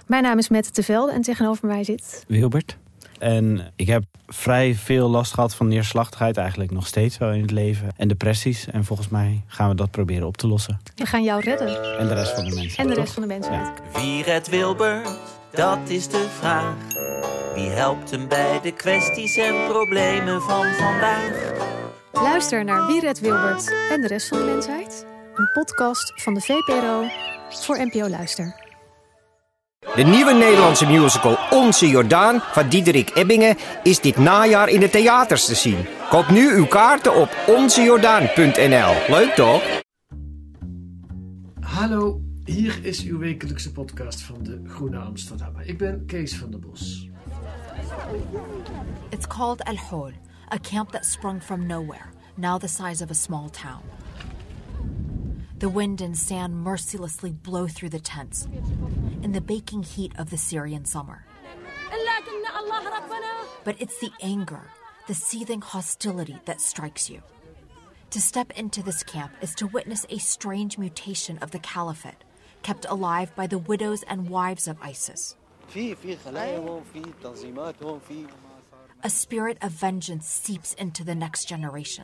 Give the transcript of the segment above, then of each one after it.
Mijn naam is Mette Tevelde en tegenover mij zit Wilbert. En ik heb vrij veel last gehad van neerslachtigheid, eigenlijk nog steeds wel in het leven. En depressies. En volgens mij gaan we dat proberen op te lossen. We gaan jou redden. En de rest van de mensen. En de rest van de mensen. Ja. Wie redt Wilbert? Dat is de vraag. Wie helpt hem bij de kwesties en problemen van vandaag? Luister naar Wie redt Wilbert en de rest van de mensheid. Een podcast van de VPRO voor NPO Luister. De nieuwe Nederlandse musical Onze Jordaan van Diederik Ebbingen is dit najaar in de theaters te zien. Koop nu uw kaarten op onzejordaan.nl. Leuk toch? Hallo, hier is uw wekelijkse podcast van de Groene Amsterdammer. Ik ben Kees van der Bos. It's called El Hol, a camp that sprung from nowhere, now the size of a small town. The wind and sand mercilessly blow through the tents in the baking heat of the Syrian summer. But it's the anger, the seething hostility that strikes you. To step into this camp is to witness a strange mutation of the caliphate, kept alive by the widows and wives of ISIS. A spirit of vengeance seeps into the next generation.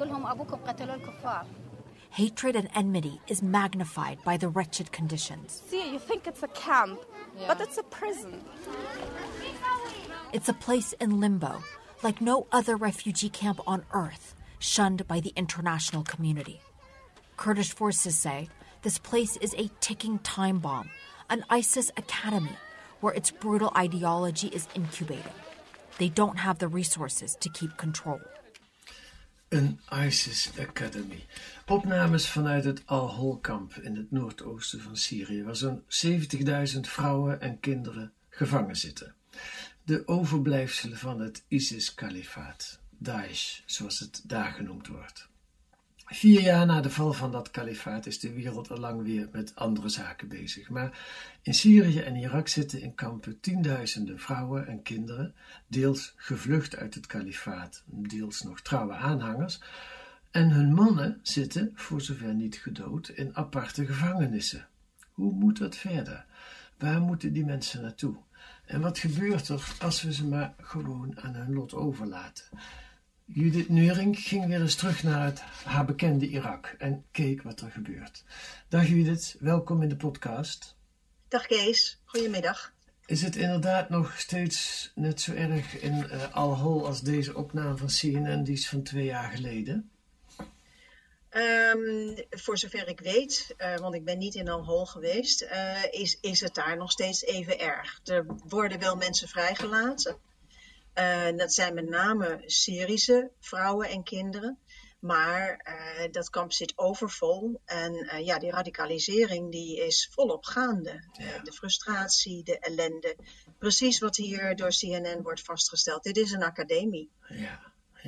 Hatred and enmity is magnified by the wretched conditions. See, you think it's a camp, but it's a prison. It's a place in limbo, like no other refugee camp on earth, shunned by the international community. Kurdish forces say this place is a ticking time bomb, an ISIS academy where its brutal ideology is incubating. They don't have the resources to keep control. Een ISIS Academy. Opnames vanuit het Al-Hol-kamp in het noordoosten van Syrië, waar zo'n 70.000 vrouwen en kinderen gevangen zitten. De overblijfselen van het ISIS-kalifaat, Daesh, zoals het daar genoemd wordt. 4 jaar na de val van dat kalifaat is de wereld al lang weer met andere zaken bezig. Maar in Syrië en Irak zitten in kampen tienduizenden vrouwen en kinderen, deels gevlucht uit het kalifaat, deels nog trouwe aanhangers. En hun mannen zitten, voor zover niet gedood, in aparte gevangenissen. Hoe moet dat verder? Waar moeten die mensen naartoe? En wat gebeurt er als we ze maar gewoon aan hun lot overlaten? Judith Neuring ging weer eens terug naar haar bekende Irak en keek wat er gebeurt. Dag Judith, welkom in de podcast. Dag Kees, goedemiddag. Is het inderdaad nog steeds net zo erg in Al-Hol als deze opname van CNN, die is van 2 jaar geleden? Voor zover ik weet, want ik ben niet in Al-Hol geweest, is het daar nog steeds even erg. Er worden wel mensen vrijgelaten. Dat zijn met name Syrische vrouwen en kinderen. Maar dat kamp zit overvol. En die radicalisering die is volop gaande. Ja. De frustratie, de ellende. Precies wat hier door CNN wordt vastgesteld. Dit is een academie. Ja.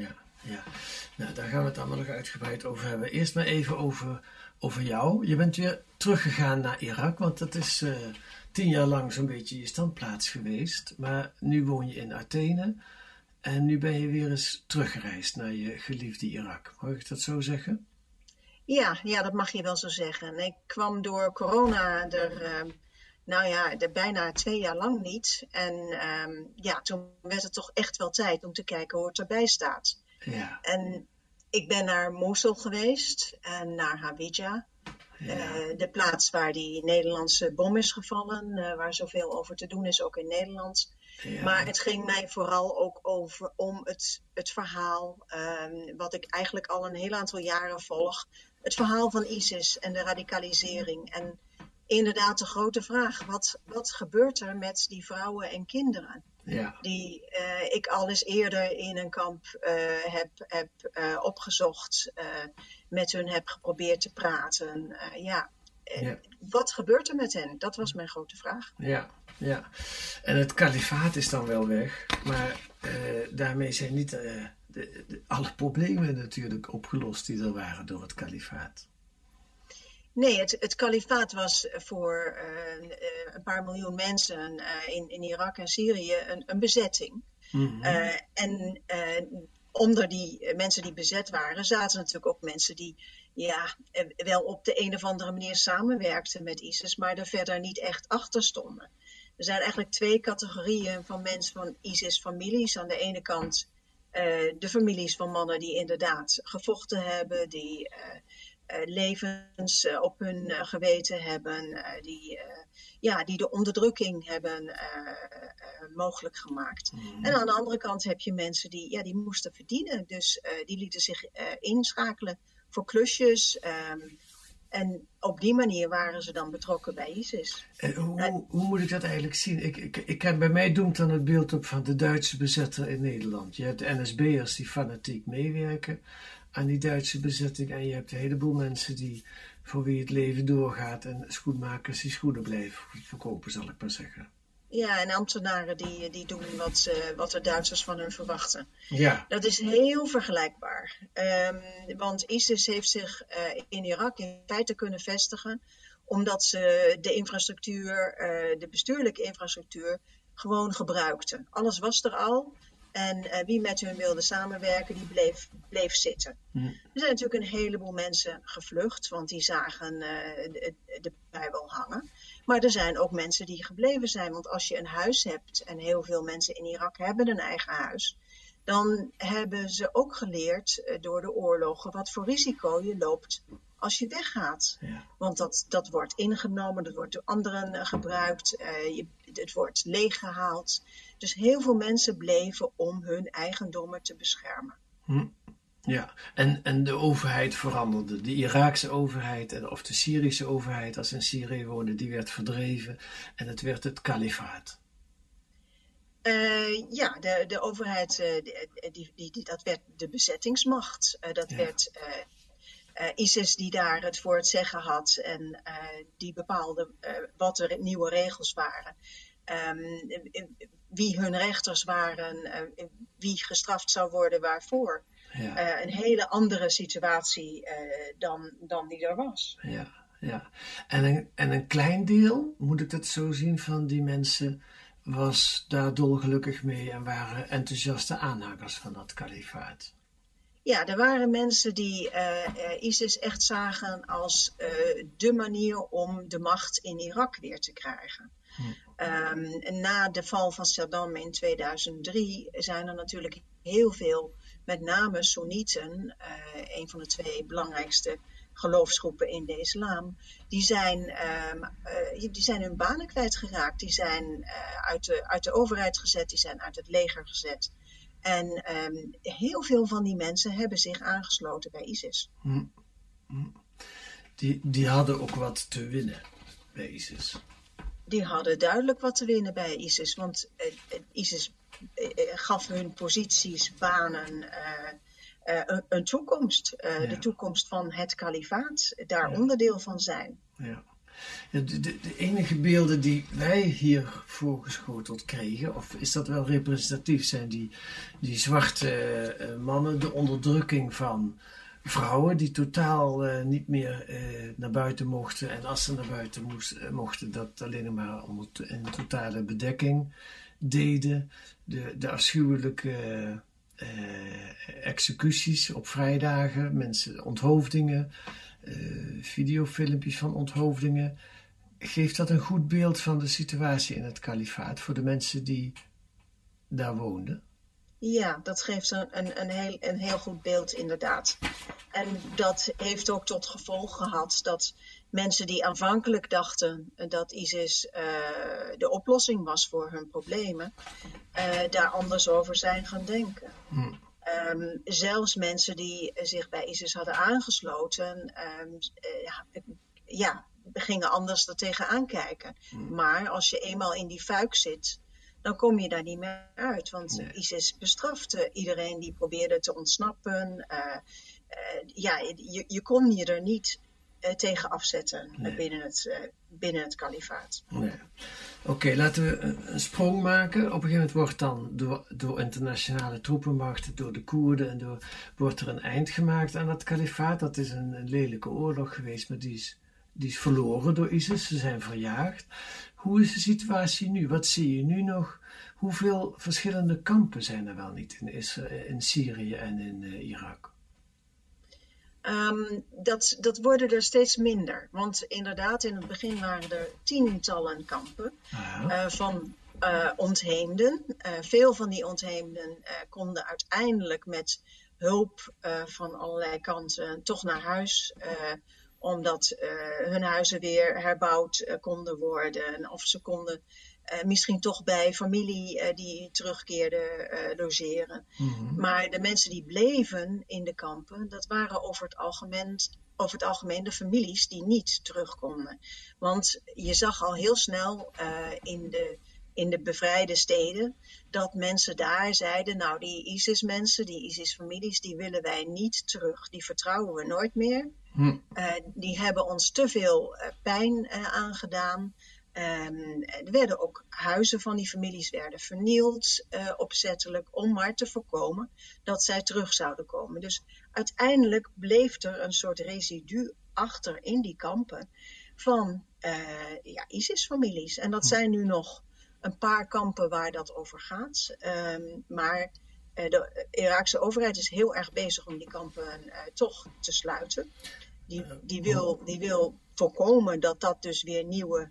Nou, daar gaan we het allemaal nog uitgebreid over hebben. Eerst maar even over jou. Je bent weer teruggegaan naar Irak, want dat is 10 jaar lang zo'n beetje je standplaats geweest. Maar nu woon je in Athene en nu ben je weer eens teruggereisd naar je geliefde Irak. Mag ik dat zo zeggen? Ja, dat mag je wel zo zeggen. Ik kwam door corona er bijna 2 jaar lang niet. En toen werd het toch echt wel tijd om te kijken hoe het erbij staat. Ja. En ik ben naar Mosul geweest en naar Hawija. Ja. De plaats waar die Nederlandse bom is gevallen, waar zoveel over te doen is, ook in Nederland. Ja. Maar het ging mij vooral ook om het verhaal, wat ik eigenlijk al een heel aantal jaren volg. Het verhaal van ISIS en de radicalisering. En inderdaad de grote vraag, wat gebeurt er met die vrouwen en kinderen? Ja. Die ik al eens eerder in een kamp heb opgezocht, met hun heb geprobeerd te praten. Wat gebeurt er met hen? Dat was mijn grote vraag. Ja. En het kalifaat is dan wel weg, maar daarmee zijn niet alle problemen natuurlijk opgelost die er waren door het kalifaat. Nee, het kalifaat was voor een paar miljoen mensen in Irak en Syrië een bezetting. Mm-hmm. Onder die mensen die bezet waren, zaten natuurlijk ook mensen die wel op de een of andere manier samenwerkten met ISIS, maar er verder niet echt achter stonden. Er zijn eigenlijk 2 categorieën van mensen van ISIS-families. Aan de ene kant de families van mannen die inderdaad gevochten hebben, die levens op hun geweten hebben, die de onderdrukking hebben mogelijk gemaakt. En aan de andere kant heb je mensen die moesten verdienen. Dus die lieten zich inschakelen voor klusjes. En op die manier waren ze dan betrokken bij ISIS. Hoe moet ik dat eigenlijk zien? Bij mij doemt dan het beeld op van de Duitse bezetter in Nederland. Je hebt de NSB'ers die fanatiek meewerken aan die Duitse bezetting. En je hebt een heleboel mensen voor wie het leven doorgaat. En schoenmakers die schoenen blijven verkopen, zal ik maar zeggen. Ja, en ambtenaren die doen wat de Duitsers van hun verwachten. Ja. Dat is heel vergelijkbaar. Want ISIS heeft zich in Irak in feite kunnen vestigen, omdat ze de infrastructuur, de bestuurlijke infrastructuur, gewoon gebruikten. Alles was er al. En wie met hun wilde samenwerken, die bleef zitten. Er zijn natuurlijk een heleboel mensen gevlucht, want die zagen de pui wel hangen. Maar er zijn ook mensen die gebleven zijn. Want als je een huis hebt, en heel veel mensen in Irak hebben een eigen huis, dan hebben ze ook geleerd door de oorlogen wat voor risico je loopt als je weggaat. Ja. Want dat wordt ingenomen, dat wordt door anderen gebruikt, het wordt leeggehaald. Dus heel veel mensen bleven om hun eigendommen te beschermen. Ja, en de overheid veranderde. De Iraakse overheid of de Syrische overheid, als ze in Syrië woonden, die werd verdreven. En het werd het kalifaat. De overheid, dat werd de bezettingsmacht. Werd ISIS die daar het voor het zeggen had en die bepaalde wat de nieuwe regels waren. Wie hun rechters waren, wie gestraft zou worden, waarvoor. Ja. Een hele andere situatie dan die er was. Ja. En een klein deel, moet ik dat zo zien, van die mensen was daar dolgelukkig mee en waren enthousiaste aanhangers van dat kalifaat. Ja, er waren mensen die ISIS echt zagen als de manier om de macht in Irak weer te krijgen. Na de val van Saddam in 2003 zijn er natuurlijk heel veel, met name Soenieten, een van de 2 belangrijkste geloofsgroepen in de islam, die zijn hun banen kwijtgeraakt. Die zijn uit de overheid gezet, die zijn uit het leger gezet. En heel veel van die mensen hebben zich aangesloten bij ISIS. Die hadden ook wat te winnen bij ISIS. Die hadden duidelijk wat te winnen bij ISIS. Want ISIS gaf hun posities, banen, een toekomst. De toekomst van het kalifaat, daar onderdeel van zijn. Ja. De enige beelden die wij hier voorgeschoteld kregen, of is dat wel representatief, zijn die zwarte mannen, de onderdrukking van vrouwen die totaal niet meer naar buiten mochten. En als ze naar buiten mochten, dat alleen maar in totale bedekking deden. De afschuwelijke executies op vrijdagen, mensen, onthoofdingen, videofilmpjes van onthoofdingen. Geeft dat een goed beeld van de situatie in het kalifaat voor de mensen die daar woonden? Ja, dat geeft een heel goed beeld inderdaad. En dat heeft ook tot gevolg gehad dat mensen die aanvankelijk dachten dat ISIS de oplossing was voor hun problemen, daar anders over zijn gaan denken. Zelfs mensen die zich bij ISIS hadden aangesloten, gingen anders er tegenaan kijken. Maar als je eenmaal in die fuik zit, dan kom je daar niet meer uit. Want ISIS bestrafte iedereen die probeerde te ontsnappen. Je kon je er niet tegen afzetten binnen het kalifaat. Nee. Oké, laten we een sprong maken. Op een gegeven moment wordt dan door internationale troepenmachten, door de Koerden, wordt er een eind gemaakt aan dat kalifaat. Dat is een lelijke oorlog geweest, maar die is verloren door ISIS. Ze zijn verjaagd. Hoe is de situatie nu? Wat zie je nu nog? Hoeveel verschillende kampen zijn er wel niet in Syrië en in Irak? Dat worden er steeds minder. Want inderdaad, in het begin waren er tientallen kampen van ontheemden. Veel van die ontheemden konden uiteindelijk met hulp van allerlei kanten toch naar huis. Omdat hun huizen weer herbouwd konden worden. Of ze konden misschien toch bij familie die terugkeerde logeren. Mm-hmm. Maar de mensen die bleven in de kampen, dat waren over het algemeen de families die niet terug konden. Want je zag al heel snel in de bevrijde steden dat mensen daar zeiden, nou die ISIS-mensen, die ISIS-families, die willen wij niet terug. Die vertrouwen we nooit meer. Die hebben ons te veel pijn aangedaan. Er werden ook huizen van die families werden vernield opzettelijk om maar te voorkomen dat zij terug zouden komen. Dus uiteindelijk bleef er een soort residu achter in die kampen van ISIS-families. En dat zijn nu nog een paar kampen waar dat over gaat. Maar de Iraakse overheid is heel erg bezig om die kampen toch te sluiten. Die wil voorkomen dat dat dus weer nieuwe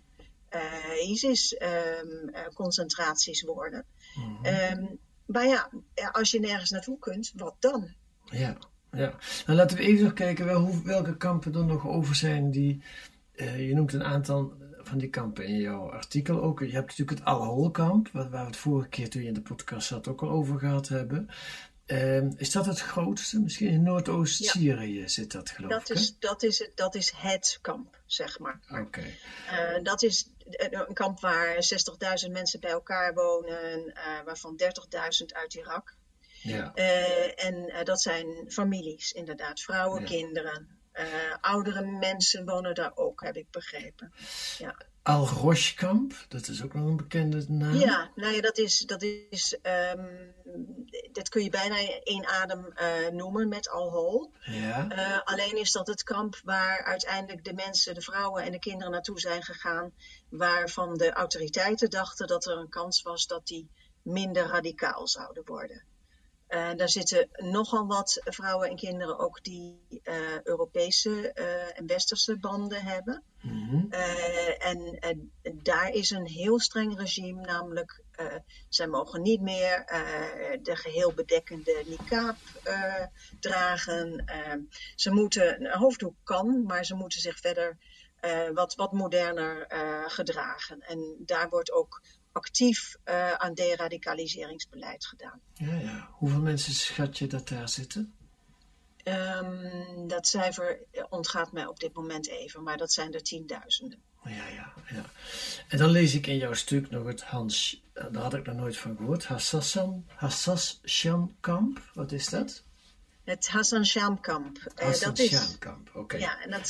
ISIS-concentraties worden. Mm-hmm. Maar ja, als je nergens naartoe kunt, wat dan? Ja. Nou, laten we even nog kijken welke kampen er nog over zijn. Je noemt een aantal van die kampen in jouw artikel ook. Je hebt natuurlijk het Al-Hol-kamp, waar we het vorige keer toen je in de podcast zat ook al over gehad hebben. Is dat het grootste? Misschien in Noordoost-Syrië zit dat, geloof ik. Dat is het kamp, zeg maar. Oké. Dat is een kamp waar 60.000 mensen bij elkaar wonen, waarvan 30.000 uit Irak. Ja. En dat zijn families, inderdaad. Vrouwen, kinderen. Oudere mensen wonen daar ook, heb ik begrepen. Ja. Al-Rosh-kamp, dat is ook nog een bekende naam. Ja, nou ja, dat kun je bijna in één adem noemen met Al-Hol. Ja. Alleen is dat het kamp waar uiteindelijk de mensen, de vrouwen en de kinderen naartoe zijn gegaan, waarvan de autoriteiten dachten dat er een kans was dat die minder radicaal zouden worden. Daar zitten nogal wat vrouwen en kinderen ook die Europese en Westerse banden hebben. Mm-hmm. En daar is een heel streng regime, namelijk zij mogen niet meer de geheel bedekkende niqab dragen. Ze moeten, een hoofddoek kan, maar ze moeten zich verder wat moderner gedragen. En daar wordt ook actief aan deradicaliseringsbeleid gedaan. Ja. Hoeveel mensen schat je dat daar zitten? Dat cijfer ontgaat mij op dit moment even, maar dat zijn er tienduizenden. Ja. En dan lees ik in jouw stuk nog het daar had ik nog nooit van gehoord, Hassashan-kamp. Wat is dat? Het Hassan Sham-kamp. Hassan-Sham-kamp, oké. Ja, en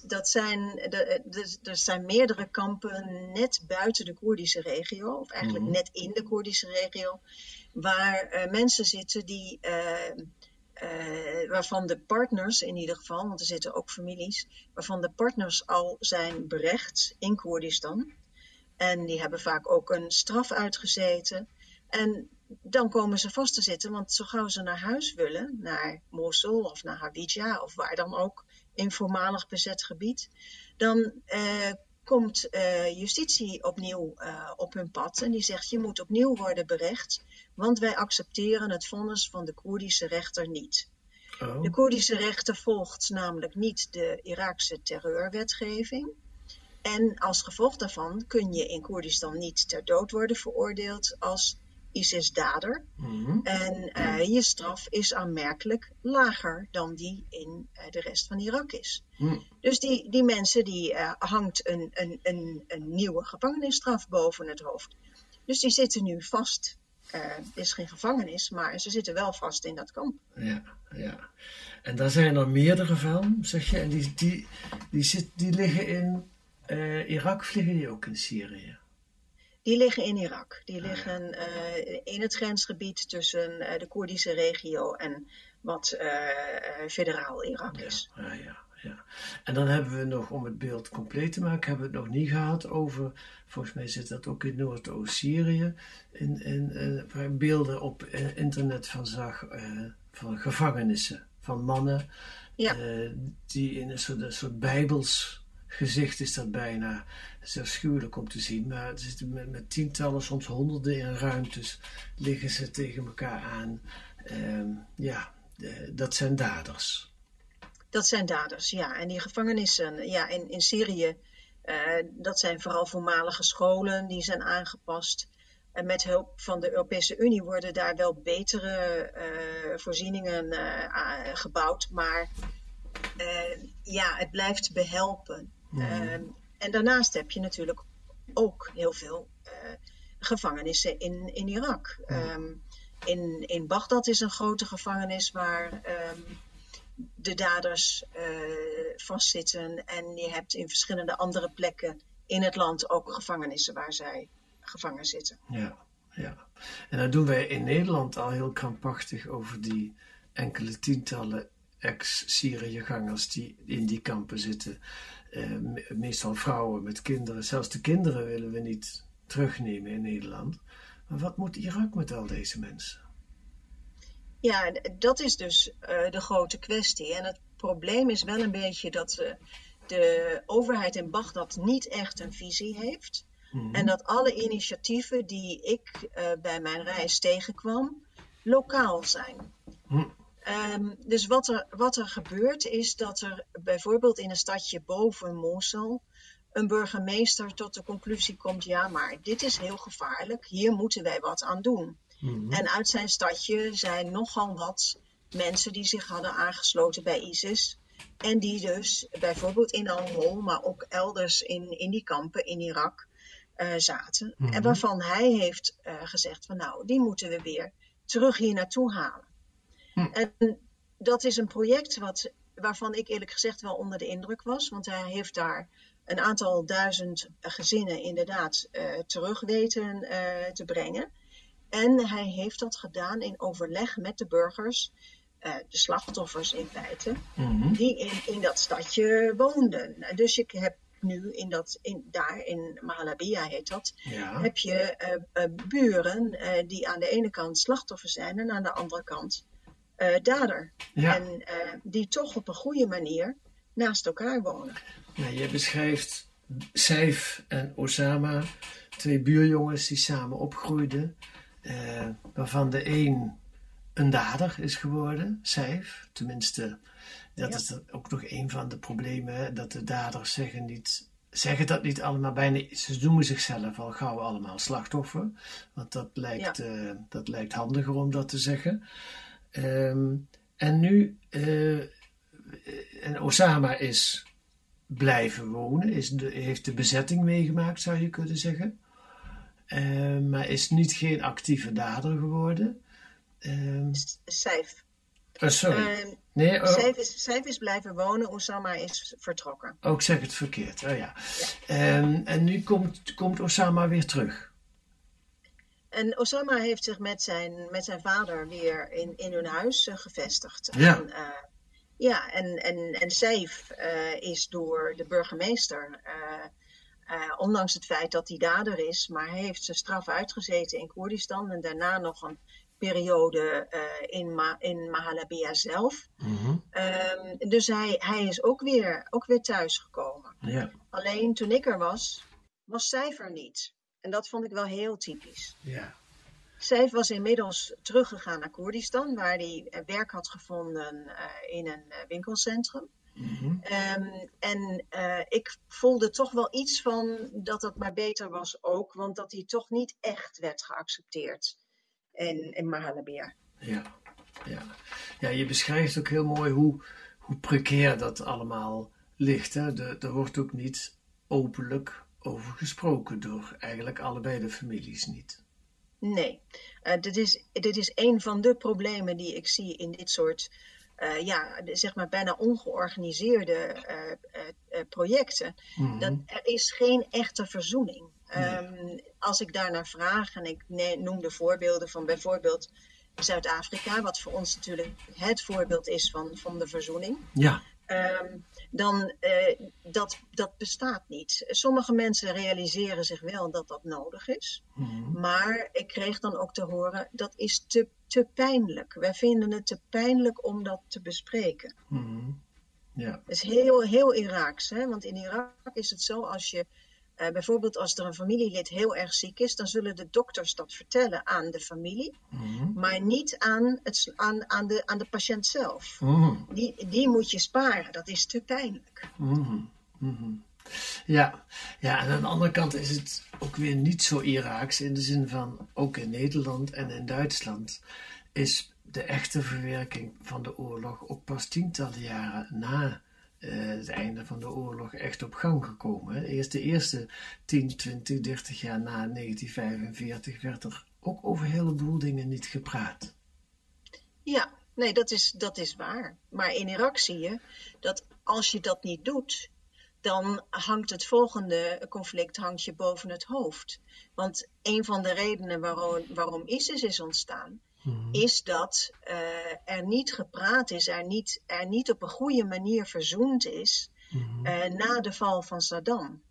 er zijn meerdere kampen net buiten de Koerdische regio, of eigenlijk net in de Koerdische regio, waar mensen zitten die, waarvan de partners in ieder geval, want er zitten ook families, waarvan de partners al zijn berecht in Koerdistan. En die hebben vaak ook een straf uitgezeten. En dan komen ze vast te zitten, want zo gauw ze naar huis willen, naar Mosul of naar Hawija of waar dan ook in voormalig bezet gebied, dan komt justitie opnieuw op hun pad en die zegt je moet opnieuw worden berecht, want wij accepteren het vonnis van de Koerdische rechter niet. Oh. De Koerdische rechter volgt namelijk niet de Iraakse terreurwetgeving. En als gevolg daarvan kun je in Koerdistan niet ter dood worden veroordeeld als ISIS-dader. Mm-hmm. En je straf is aanmerkelijk lager dan die in de rest van Irak is. Mm. Dus die mensen die hangt een nieuwe gevangenisstraf boven het hoofd. Dus die zitten nu vast. Het is geen gevangenis, maar ze zitten wel vast in dat kamp. Ja. En daar zijn er meerdere van, zeg je. En die liggen in Irak, of liggen die ook in Syrië? Die liggen in Irak. Die liggen in het grensgebied tussen de Koerdische regio en wat federaal Irak is. Ja. En dan hebben we nog, om het beeld compleet te maken, hebben we het nog niet gehad over, volgens mij zit dat ook in Noordoost-Syrië, waar ik beelden op internet van zag van gevangenissen, van mannen Ja. Die in een soort bijbels gezicht is dat bijna. Het is afschuwelijk om te zien, maar het is met tientallen, soms honderden in ruimtes liggen ze tegen elkaar aan. Dat zijn daders. Dat zijn daders, ja. En die gevangenissen in Syrië, dat zijn vooral voormalige scholen die zijn aangepast. En met hulp van de Europese Unie worden daar wel betere voorzieningen gebouwd. Maar het blijft behelpen. En daarnaast heb je natuurlijk ook heel veel gevangenissen in Irak. In Bagdad is een grote gevangenis waar de daders vastzitten. En je hebt in verschillende andere plekken in het land ook gevangenissen waar zij gevangen zitten. Ja. En dan doen wij in Nederland al heel krampachtig over die enkele tientallen ex-Syriëgangers die in die kampen zitten. Meestal vrouwen met kinderen. Zelfs de kinderen willen we niet terugnemen in Nederland. Maar wat moet Irak met al deze mensen? Ja, dat is dus de grote kwestie. En het probleem is wel een beetje dat de overheid in Bagdad niet echt een visie heeft. En dat alle initiatieven die ik bij mijn reis tegenkwam, lokaal zijn. Dus wat er gebeurt is dat er bijvoorbeeld in een stadje boven Mosul een burgemeester tot de conclusie komt, ja, maar dit is heel gevaarlijk, hier moeten wij wat aan doen. En uit zijn stadje zijn nogal wat mensen die zich hadden aangesloten bij ISIS en die dus bijvoorbeeld in Al-Hol, maar ook elders in die kampen in Irak zaten. En waarvan hij heeft gezegd van nou, die moeten we weer terug hier naartoe halen. En dat is een project waarvan ik eerlijk gezegd wel onder de indruk was. Want hij heeft daar een aantal duizend gezinnen inderdaad terug weten te brengen. En hij heeft dat gedaan in overleg met de burgers, de slachtoffers in feite, die in dat stadje woonden. Dus ik heb nu daar in Mahalabia heet dat, heb je buren die aan de ene kant slachtoffer zijn en aan de andere kant dader. Ja. En die toch op een goede manier naast elkaar wonen. Nou, je beschrijft Saif en Osama, twee buurjongens die samen opgroeiden, waarvan de een dader is geworden, Saif. Tenminste, dat is ook nog een van de problemen, hè, dat de daders zeggen dat niet allemaal bijna. Ze noemen zichzelf al gauw allemaal slachtoffer, want dat lijkt handiger om dat te zeggen. En nu, en Osama is blijven wonen, heeft de bezetting meegemaakt, zou je kunnen zeggen. Maar is geen actieve dader geworden. Saif. Sorry. Saif is blijven wonen, Osama is vertrokken. Oh, ik zeg het verkeerd. Oh ja. En nu komt Osama weer terug. En Osama heeft zich met zijn vader weer in hun huis gevestigd. Ja. En Saif is door de burgemeester, ondanks het feit dat hij dader is, maar hij heeft zijn straf uitgezeten in Koerdistan en daarna nog een periode in Mahalabia zelf. Dus hij is ook weer thuisgekomen. Ja. Alleen toen ik er was Saif er niet. En dat vond ik wel heel typisch. Ja. Saif was inmiddels teruggegaan naar Koerdistan, waar hij werk had gevonden in een winkelcentrum. Ik voelde toch wel iets van dat het maar beter was ook, want dat hij toch niet echt werd geaccepteerd in Mahalabia. Ja, je beschrijft ook heel mooi hoe precair dat allemaal ligt. Hè? Er wordt ook niet openlijk over gesproken door eigenlijk allebei de families niet. Nee, dit is een van de problemen die ik zie in dit soort zeg maar bijna ongeorganiseerde projecten. Dat er is geen echte verzoening. Als ik daarnaar vraag en ik noemde voorbeelden van bijvoorbeeld Zuid-Afrika, wat voor ons natuurlijk het voorbeeld is van de verzoening. Ja. Dat bestaat niet. Sommige mensen realiseren zich wel dat dat nodig is. Maar ik kreeg dan ook te horen, dat is te pijnlijk. Wij vinden het te pijnlijk om dat te bespreken. Ja. Dat is heel, heel Iraaks. Hè? Want in Irak is het zo, als je bijvoorbeeld als er een familielid heel erg ziek is, dan zullen de dokters dat vertellen aan de familie, maar niet aan de patiënt zelf. Die moet je sparen, dat is te pijnlijk. Ja, en aan de andere kant is het ook weer niet zo Iraaks, in de zin van, ook in Nederland en in Duitsland is de echte verwerking van de oorlog ook pas tientallen jaren na het einde van de oorlog echt op gang gekomen. Hè. Eerst de eerste 10, 20, 30 jaar na 1945 werd er ook over een heleboel dingen niet gepraat. Ja, nee, dat is waar. Maar in Irak zie je dat als je dat niet doet, dan hangt het volgende conflict je boven het hoofd. Want een van de redenen waarom ISIS is ontstaan, is dat er niet gepraat is, er niet op een goede manier verzoend is na de val van Saddam.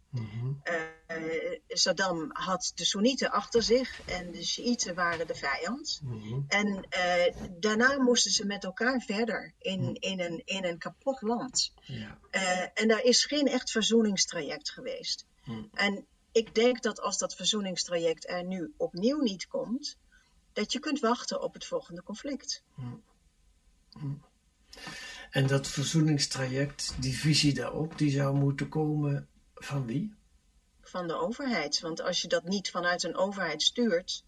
Saddam had de Soenieten achter zich en de Sjiïten waren de vijand. En daarna moesten ze met elkaar verder in een kapot land. Ja. En daar is geen echt verzoeningstraject geweest. En ik denk dat als dat verzoeningstraject er nu opnieuw niet komt, dat je kunt wachten op het volgende conflict. En dat verzoeningstraject, die visie daarop, die zou moeten komen van wie? Van de overheid. Want als je dat niet vanuit een overheid stuurt,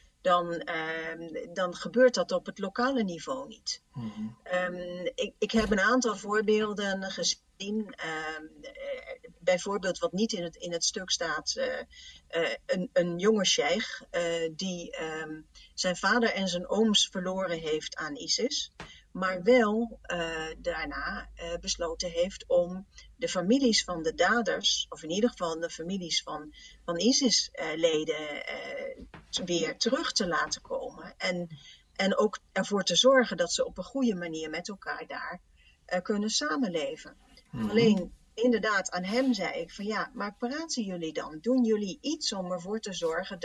dan gebeurt dat op het lokale niveau niet. Ik heb een aantal voorbeelden gezien. Bijvoorbeeld wat niet in het stuk staat. Een jonge sheikh die zijn vader en zijn ooms verloren heeft aan ISIS. Maar wel daarna besloten heeft om de families van de daders, of in ieder geval de families van ISIS-leden, weer terug te laten komen. En ook ervoor te zorgen dat ze op een goede manier met elkaar daar kunnen samenleven. Alleen, inderdaad, aan hem zei ik van ja, maar praten jullie dan? Doen jullie iets om ervoor te zorgen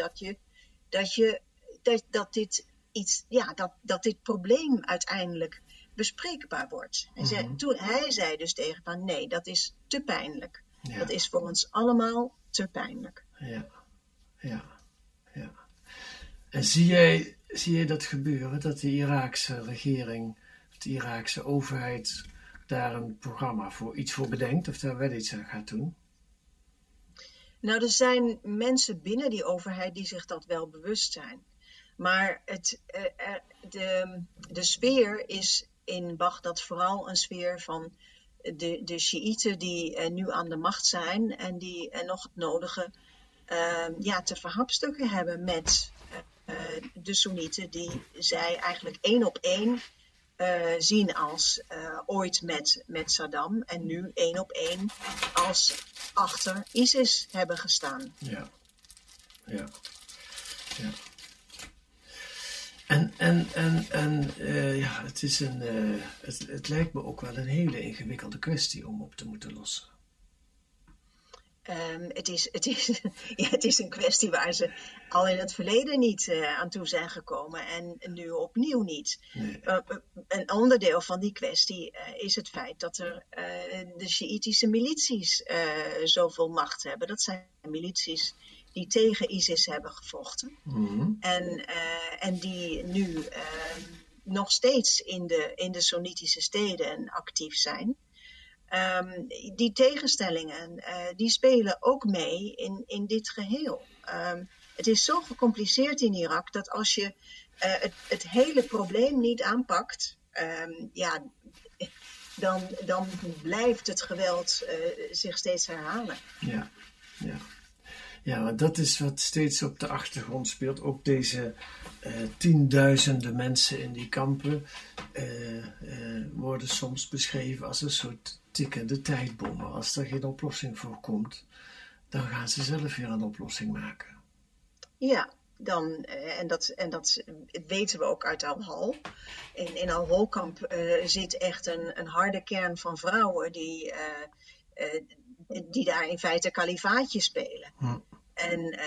dat dit probleem uiteindelijk bespreekbaar wordt? Hij zei dus tegen van nee, dat is te pijnlijk. Ja. Dat is voor ons allemaal te pijnlijk. Ja. En zie jij dat gebeuren, dat de Iraakse regering, de Iraakse overheid daar een programma iets voor bedenkt of daar wel iets aan gaat doen? Nou, er zijn mensen binnen die overheid die zich dat wel bewust zijn. Maar de sfeer is in Bagdad vooral een sfeer van de Sjiïten die nu aan de macht zijn en die nog het nodige te verhapstukken hebben met de Soenieten die zij eigenlijk 1 op 1 zien als ooit met Saddam en nu 1 op 1 als achter ISIS hebben gestaan. Ja. Het is het lijkt me ook wel een hele ingewikkelde kwestie om op te moeten lossen. Het is een kwestie waar ze al in het verleden niet aan toe zijn gekomen en nu opnieuw niet. Nee. Een onderdeel van die kwestie is het feit dat er de Sjiïtische milities zoveel macht hebben. Dat zijn milities die tegen ISIS hebben gevochten. En die nu nog steeds in de Soenitische steden actief zijn. Die tegenstellingen, die spelen ook mee in dit geheel. Het is zo gecompliceerd in Irak dat als je het hele probleem niet aanpakt, dan blijft het geweld zich steeds herhalen. Ja, want dat is wat steeds op de achtergrond speelt. Ook deze tienduizenden mensen in die kampen worden soms beschreven als een soort tikkende tijdbommen. Als er geen oplossing voor komt, dan gaan ze zelf weer een oplossing maken. Ja, dat weten we ook uit Al-Hol. In Al-Hol-kamp zit echt een harde kern van vrouwen die daar in feite kalifaatje spelen. En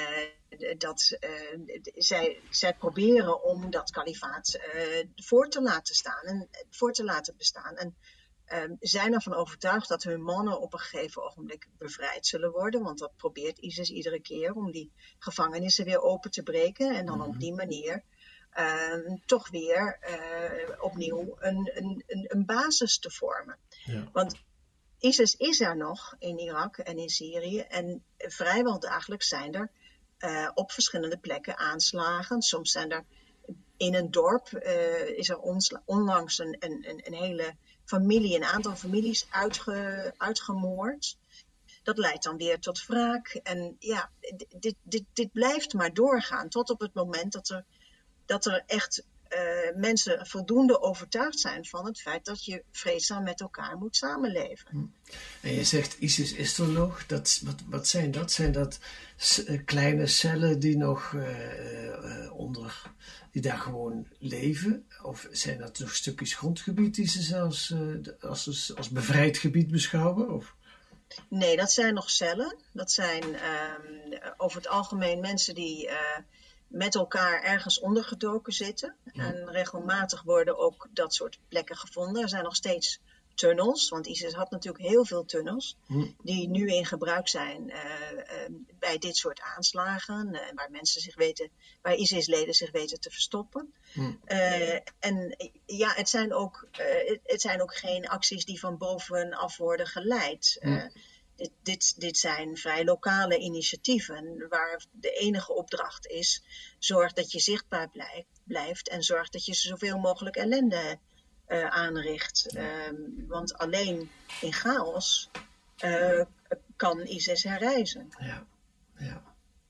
zij proberen om dat kalifaat voor te laten bestaan. En zijn ervan overtuigd dat hun mannen op een gegeven ogenblik bevrijd zullen worden. Want dat probeert ISIS iedere keer om die gevangenissen weer open te breken. En dan op die manier toch weer opnieuw een basis te vormen. Ja. Want ISIS is er nog in Irak en in Syrië. En vrijwel dagelijks zijn er op verschillende plekken aanslagen. Soms zijn er in een dorp is er onlangs een hele familie, een aantal families uitgemoord. Dat leidt dan weer tot wraak. En ja, dit blijft maar doorgaan tot op het moment dat er echt mensen voldoende overtuigd zijn van het feit dat je vreedzaam met elkaar moet samenleven. En je zegt ISIS is er nog. Wat zijn dat? Zijn dat kleine cellen die nog die daar gewoon leven? Of zijn dat nog stukjes grondgebied die ze zelfs als bevrijd gebied beschouwen? Of? Nee, dat zijn nog cellen. Dat zijn over het algemeen mensen die met elkaar ergens ondergedoken zitten. Ja. En regelmatig worden ook dat soort plekken gevonden. Er zijn nog steeds tunnels, want ISIS had natuurlijk heel veel tunnels die nu in gebruik zijn bij dit soort aanslagen, waar ISIS-leden zich weten te verstoppen. En ja, het zijn ook geen acties die van bovenaf worden geleid. Dit zijn vrij lokale initiatieven waar de enige opdracht is: zorg dat je zichtbaar blijft en zorg dat je zoveel mogelijk ellende aanricht. Want alleen in chaos kan ISIS herrijzen. Ja.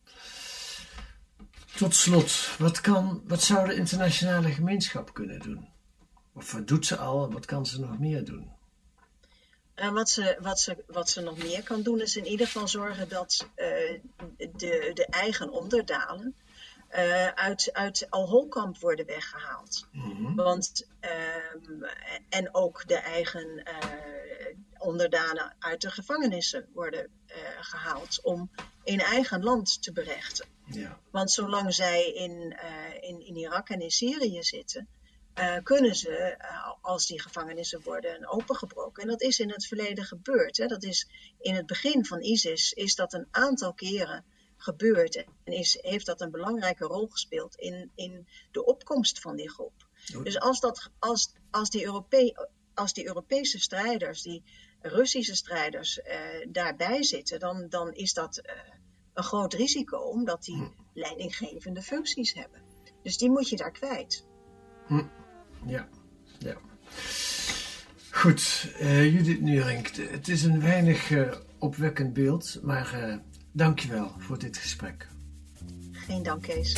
Tot slot, wat zou de internationale gemeenschap kunnen doen? Of wat doet ze al en wat kan ze nog meer doen? Wat ze nog meer kan doen is in ieder geval zorgen dat de eigen onderdalen uit Al-Hol-kamp worden weggehaald. Want, en ook de eigen onderdanen uit de gevangenissen worden gehaald om in eigen land te berechten. Ja. Want zolang zij in Irak en in Syrië zitten, kunnen ze, als die gevangenissen worden opengebroken. En dat is in het verleden gebeurd. Hè. Dat is in het begin van ISIS is dat een aantal keren gebeurd. En heeft dat een belangrijke rol gespeeld in de opkomst van die groep. Dus als die Europese strijders, die Russische strijders daarbij zitten, dan is dat een groot risico, omdat die leidinggevende functies hebben. Dus die moet je daar kwijt. Ja. Goed, Judith Neurink, het is een weinig opwekkend beeld, maar dankjewel voor dit gesprek. Geen dank, Kees.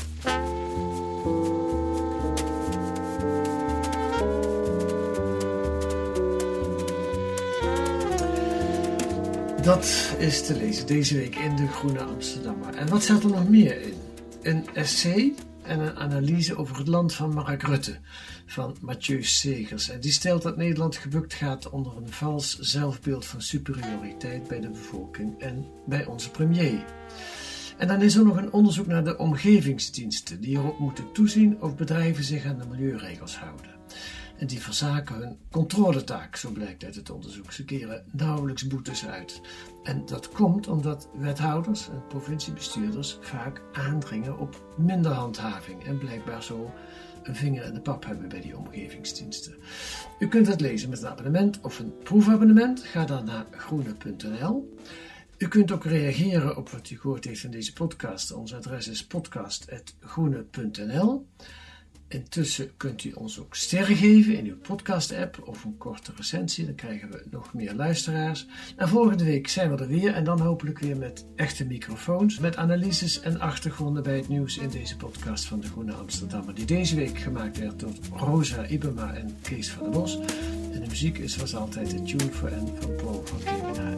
Dat is te lezen deze week in de Groene Amsterdammer. En wat staat er nog meer in? Een essay en een analyse over het land van Mark Rutte van Mathieu Segers. En die stelt dat Nederland gebukt gaat onder een vals zelfbeeld van superioriteit bij de bevolking en bij onze premier. En dan is er nog een onderzoek naar de omgevingsdiensten die erop moeten toezien of bedrijven zich aan de milieuregels houden. En die verzaken hun controletaak, zo blijkt uit het onderzoek. Ze keren nauwelijks boetes uit. En dat komt omdat wethouders en provinciebestuurders vaak aandringen op minder handhaving en blijkbaar zo een vinger in de pap hebben bij die omgevingsdiensten. U kunt het lezen met een abonnement of een proefabonnement. Ga dan naar groene.nl. U kunt ook reageren op wat u gehoord heeft in deze podcast. Ons adres is podcast@groene.nl. Intussen kunt u ons ook sterren geven in uw podcast-app of een korte recensie. Dan krijgen we nog meer luisteraars. En volgende week zijn we er weer en dan hopelijk weer met echte microfoons. Met analyses en achtergronden bij het nieuws in deze podcast van de Groene Amsterdammer. Die deze week gemaakt werd door Rosa Ibema en Kees van der Bos. En de muziek is zoals altijd de Tune for N van Paul van Kemenade.